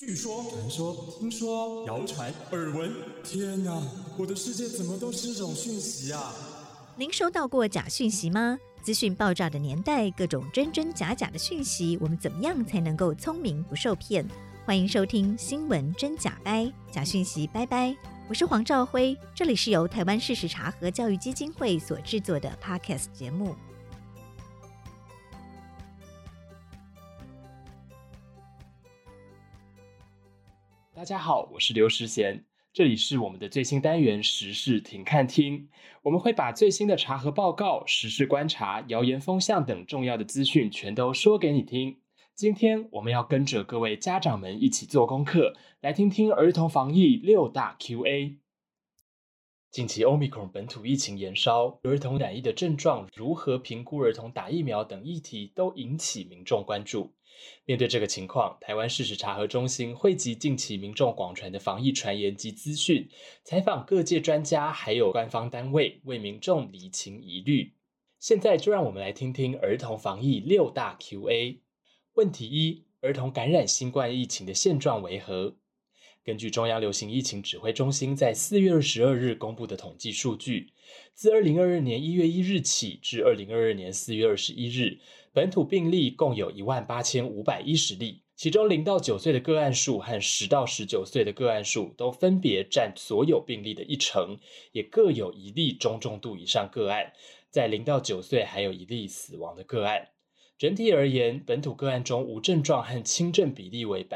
据说、传说、听说、谣传、耳闻，天哪，我的世界怎么都是这种讯息啊！ 您收到过假讯息吗？资讯爆炸的年代，各种真真假假的讯息，我们怎么样才能够聪明不受骗？欢迎收听新闻真假掰，假讯息拜拜。我是黄兆辉，这里是由台湾事实查核教育基金会所制作的 Podcast 节目。 大家好，我是刘时贤，这里是我们的最新单元时事停看听。我们会把最新的查核报告、时事观察、谣言风向等重要的资讯全都说给你听。今天我们要跟着各位家长们一起做功课，来听听儿童防疫6大 QA。近期 Omicron 本土疫情延烧，儿童染疫的症状、如何评估儿童打疫苗等议题都引起民众关注。面对这个情况，台湾事实查核中心汇集近期民众广传的防疫传言及资讯，采访各界专家还有官方单位，为民众厘清疑虑。现在就让我们来听听儿童防疫6大 QA。 问题1，儿童感染新冠疫情的现状为何？根据中央流行疫情指挥中心在4月22日公布的统计数据，自2022年1月1日起至2022年4月21日，本土病例共有18510例，其中0到9岁的个案数和10到19岁的个案数都分别占所有病例的1成，也各有1例中重度以上个案，在0到9岁还有1例死亡的个案。整体而言，本土个案中无症状和轻症比例为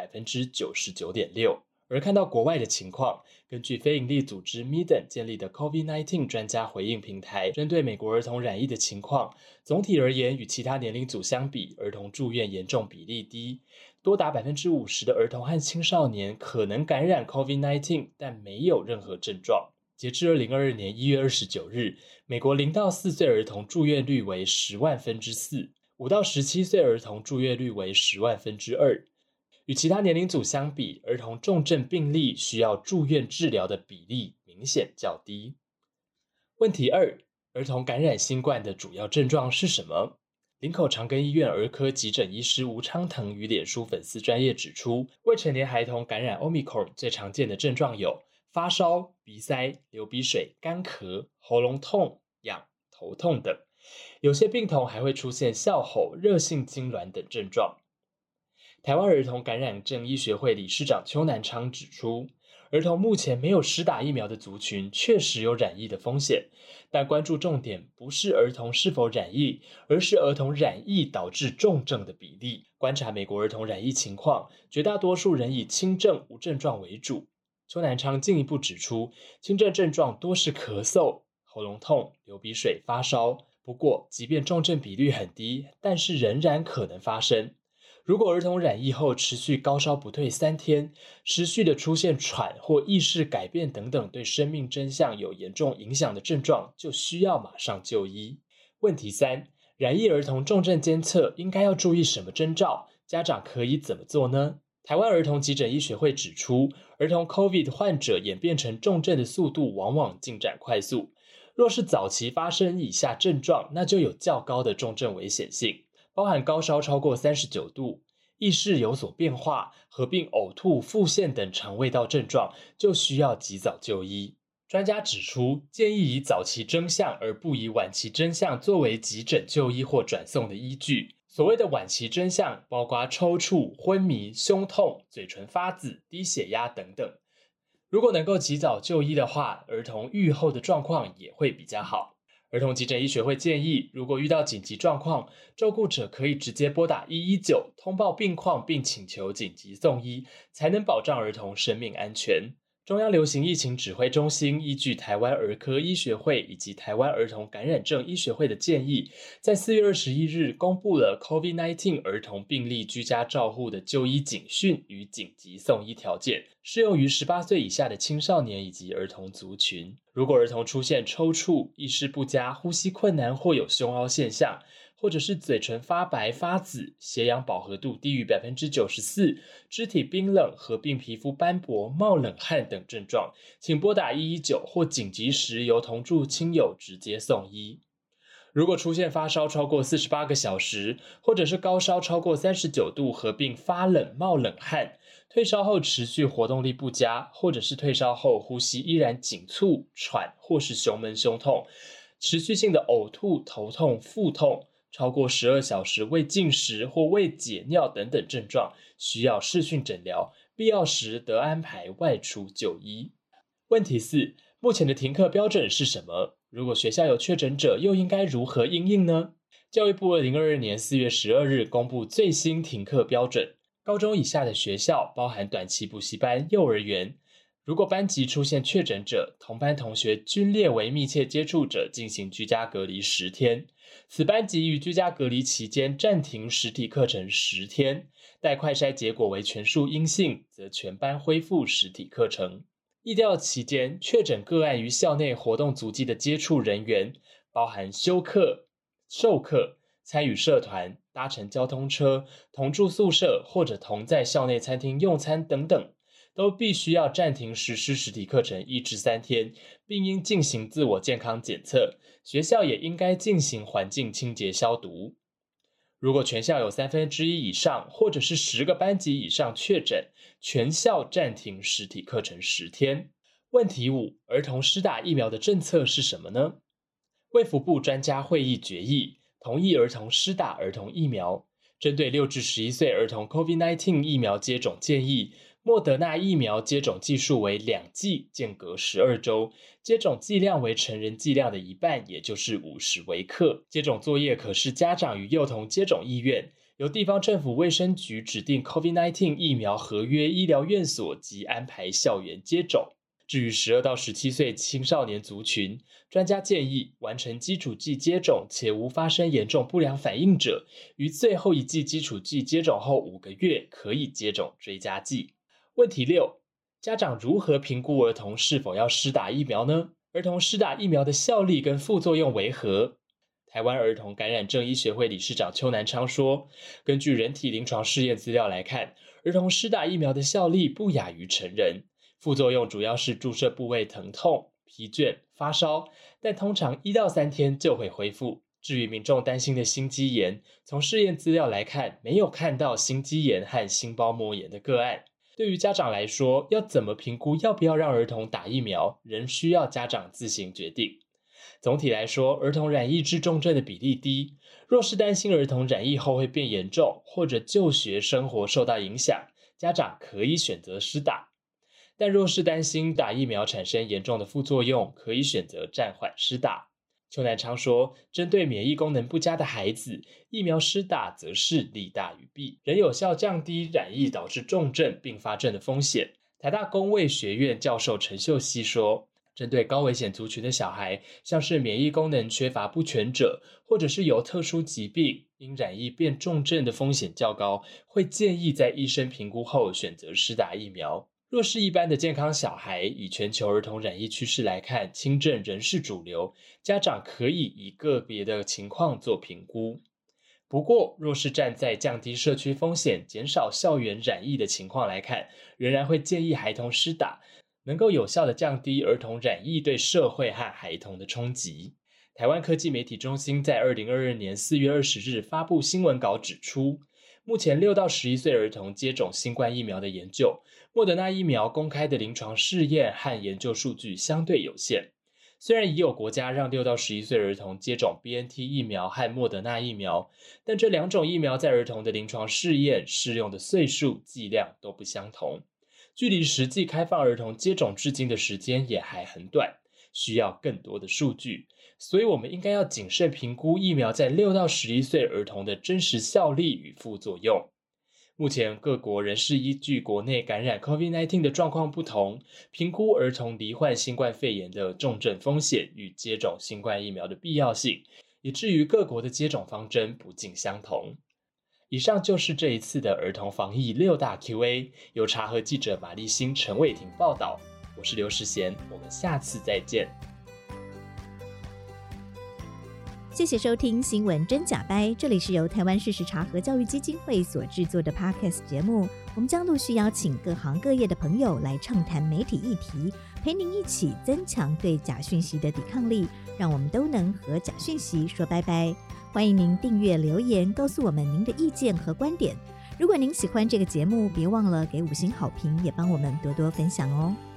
99.6%。而看到国外的情况，根据非营利组织 Medan 建立的 COVID-19 专家回应平台，针对美国儿童染疫的情况，总体而言与其他年龄组相比，儿童住院严重比例低，多达 50% 的儿童和青少年可能感染 COVID-19， 但没有任何症状。截至2022年1月29日，美国0到4岁儿童住院率为10万分之4， 5到17岁儿童住院率为10万分之2。与其他年龄组相比，儿童重症病例需要住院治疗的比例明显较低。问题2，儿童感染新冠的主要症状是什么？林口长庚医院儿科急诊医师吴昌腾于脸书粉丝专页指出，未成年孩童感染 Omicron 最常见的症状有发烧、鼻塞、流鼻水、干咳、喉咙痛、痒、头痛等，有些病童还会出现笑吼、热性痉挛等症状。台湾儿童感染症医学会理事长邱南昌指出，儿童目前没有施打疫苗的族群确实有染疫的风险，但关注重点不是儿童是否染疫，而是儿童染疫导致重症的比例。观察美国儿童染疫情况，绝大多数仍以轻症无症状为主。邱南昌进一步指出，轻症症状多是咳嗽、喉咙痛、流鼻水、发烧，不过即便重症比率很低，但是仍然可能发生。如果儿童染疫后持续高烧不退3天，持续的出现喘或意识改变等等对生命真相有严重影响的症状，就需要马上就医。问题3，染疫儿童重症监测应该要注意什么征兆？家长可以怎么做呢？台湾儿童急诊医学会指出，儿童 COVID 患者演变成重症的速度往往进展快速，若是早期发生以下症状，那就有较高的重症危险性。包含高烧超过39度、意识有所变化、合并呕吐、腹泻等肠胃道症状，就需要及早就医。专家指出，建议以早期征象而不以晚期征象作为急诊就医或转送的依据。所谓的晚期征象包括抽搐、昏迷、胸痛、嘴唇发紫、低血压等等。如果能够及早就医的话，儿童预后的状况也会比较好。儿童急诊医学会建议，如果遇到紧急状况，照顾者可以直接拨打119，通报病况并请求紧急送医，才能保障儿童生命安全。中央流行疫情指挥中心依据台湾儿科医学会以及台湾儿童感染症医学会的建议，在4月21日公布了 COVID-19 儿童病例居家照护的就医警讯与紧急送医条件，适用于18岁以下的青少年以及儿童族群。如果儿童出现抽搐、意识不佳、呼吸困难或有胸凹现象，或者是嘴唇发白发紫、血氧饱和度低于 94%、肢体冰冷合并皮肤斑驳、冒冷汗等症状，请拨打119或紧急时由同住亲友直接送医。如果出现发烧超过48个小时，或者是高烧超过39度合并发冷冒冷汗， 退烧后持续活动力不佳，或者是退烧后呼吸依然紧促、喘或是胸闷胸痛，持续性的呕吐、头痛、腹痛，超过12小时未进食或未解尿等等症状，需要视讯诊疗，必要时得安排外出就医。问题4，目前的停课标准是什么？如果学校有确诊者，又应该如何因应呢？教育部2022年4月12日公布最新停课标准，高中以下的学校，包含短期补习班、幼儿园，如果班级出现确诊者，同班同学均列为密切接触者，进行居家隔离10天。此班级于居家隔离期间暂停实体课程10天，待快筛结果为全数阴性，则全班恢复实体课程。疫调期间，确诊个案与校内活动足迹的接触人员，包含修课、授课、参与社团、搭乘交通车、同住宿舍或者同在校内餐厅用餐等等，都必须要暂停实施实体课程1至3天，并应进行自我健康检测。学校也应该进行环境清洁消毒。如果全校有1/3以上，或者是10个班级以上确诊，全校暂停实体课程10天。问题5，儿童施打疫苗的政策是什么呢？卫福部专家会议决议，同意儿童施打儿童疫苗。针对6至11岁儿童 COVID-19 疫苗接种建议，莫德纳疫苗接种剂数为2剂，间隔12周，接种剂量为成人剂量的1半，也就是50微克。接种作业可视家长与幼童接种意愿，由地方政府卫生局指定 COVID-19 疫苗合约医疗院所及安排校园接种。至于12到17岁青少年族群，专家建议完成基础剂接种且无发生严重不良反应者，于最后一剂基础剂接种后5个月可以接种追加剂。问题6，家长如何评估儿童是否要施打疫苗呢？儿童施打疫苗的效力跟副作用为何？台湾儿童感染症医学会理事长邱南昌说，根据人体临床试验资料来看，儿童施打疫苗的效力不亚于成人，副作用主要是注射部位疼痛、疲倦、发烧，但通常1到3天就会恢复。至于民众担心的心肌炎，从试验资料来看，没有看到心肌炎和心包膜炎的个案。对于家长来说，要怎么评估要不要让儿童打疫苗，仍需要家长自行决定。总体来说，儿童染疫致重症的比例低，若是担心儿童染疫后会变严重，或者就学生活受到影响，家长可以选择施打。但若是担心打疫苗产生严重的副作用，可以选择暂缓施打。邱南昌说，针对免疫功能不佳的孩子，疫苗施打则是利大于弊，仍有效降低染疫导致重症并发症的风险。台大公卫学院教授陈秀熙说，针对高危险族群的小孩，像是免疫功能缺乏不全者，或者是有特殊疾病，因染疫变重症的风险较高，会建议在医生评估后选择施打疫苗。若是一般的健康小孩，以全球儿童染疫趋势来看，轻症仍是主流，家长可以以个别的情况做评估。不过，若是站在降低社区风险、减少校园染疫的情况来看，仍然会建议孩童施打，能够有效地降低儿童染疫对社会和孩童的冲击。台湾科技媒体中心在2022年4月20日发布新闻稿指出，目前6到11岁儿童接种新冠疫苗的研究，莫德纳疫苗公开的临床试验和研究数据相对有限。虽然已有国家让6到11岁儿童接种 BNT 疫苗和莫德纳疫苗，但这2种疫苗在儿童的临床试验适用的岁数、剂量都不相同，距离实际开放儿童接种至今的时间也还很短，需要更多的数据。所以我们应该要谨慎评估疫苗在6到11岁儿童的真实效力与副作用。目前各国仍是依据国内感染 COVID-19 的状况不同，评估儿童罹患新冠肺炎的重症风险与接种新冠疫苗的必要性，以至于各国的接种方针不尽相同。以上就是这一次的儿童防疫6大 Q&A， 由查核记者马立新、陈伟霆报道。我是刘世贤，我们下次再见。 谢谢收听新闻真假掰，这里是由台湾事实查核教育基金会所制作的 Podcast 节目。我们将陆续邀请各行各业的朋友来畅谈媒体议题，陪您一起增强对假讯息的抵抗力，让我们都能和假讯息说拜拜。欢迎您订阅留言，告诉我们您的意见和观点。 如果您喜欢这个节目，别忘了给5星好评，也帮我们多多分享哦。